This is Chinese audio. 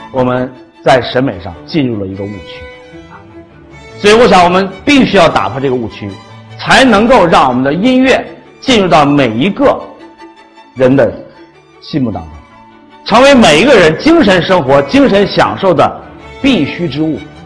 我们在审美上进入了一个误区。所以我想我们必须要打破这个误区，才能够让我们的音乐进入到每一个人的心目当中，成为每一个人精神生活、精神享受的必须之物。